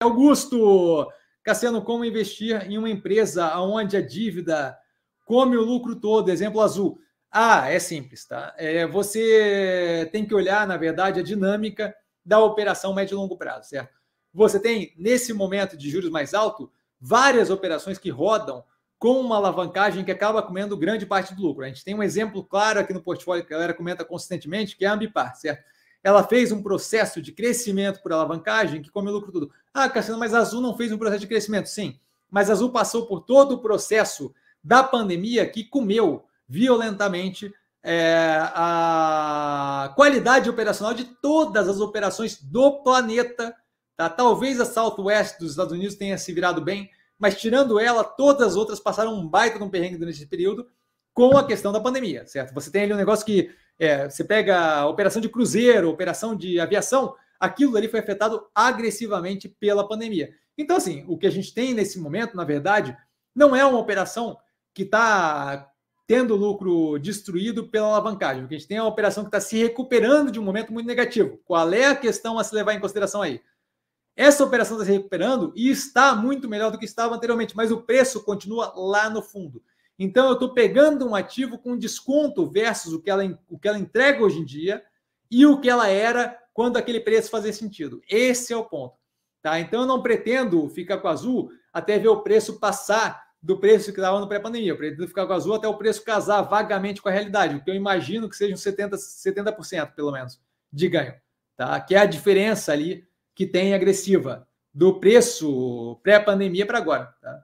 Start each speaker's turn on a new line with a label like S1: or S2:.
S1: Augusto, Cassiano, como investir em uma empresa onde a dívida come o lucro todo? Exemplo azul. É simples, tá? Você tem que olhar, na verdade, a dinâmica da operação médio e longo prazo, certo? Você tem, nesse momento de juros mais alto, várias operações que rodam com uma alavancagem que acaba comendo grande parte do lucro. A gente tem um exemplo claro aqui no portfólio que a galera comenta consistentemente, que é a Ambipar, certo? Ela fez um processo de crescimento por alavancagem que come o lucro tudo. Cassiano, mas a Azul não fez um processo de crescimento? Sim, mas a Azul passou por todo o processo da pandemia que comeu violentamente a qualidade operacional de todas as operações do planeta. Tá? Talvez a Southwest dos Estados Unidos tenha se virado bem, mas tirando ela, todas as outras passaram um baita de um perrengue durante esse período com a questão da pandemia, certo? Você tem ali um negócio que você pega a operação de cruzeiro, operação de aviação, aquilo ali foi afetado agressivamente pela pandemia. Então, assim, o que a gente tem nesse momento, na verdade, não é uma operação que está tendo lucro destruído pela alavancagem. O que a gente tem é uma operação que está se recuperando de um momento muito negativo. Qual é a questão a se levar em consideração aí? Essa operação está se recuperando e está muito melhor do que estava anteriormente, mas o preço continua lá no fundo. Então, eu estou pegando um ativo com desconto versus o que ela entrega hoje em dia e o que ela era quando aquele preço fazia sentido. Esse é o ponto. Tá? Então, eu não pretendo ficar com a Azul até ver o preço passar do preço que estava no pré-pandemia. Eu pretendo ficar com a Azul até o preço casar vagamente com a realidade, o que eu imagino que sejam 70%, pelo menos, de ganho. Tá? Que é a diferença ali que tem agressiva do preço pré-pandemia para agora. Tá?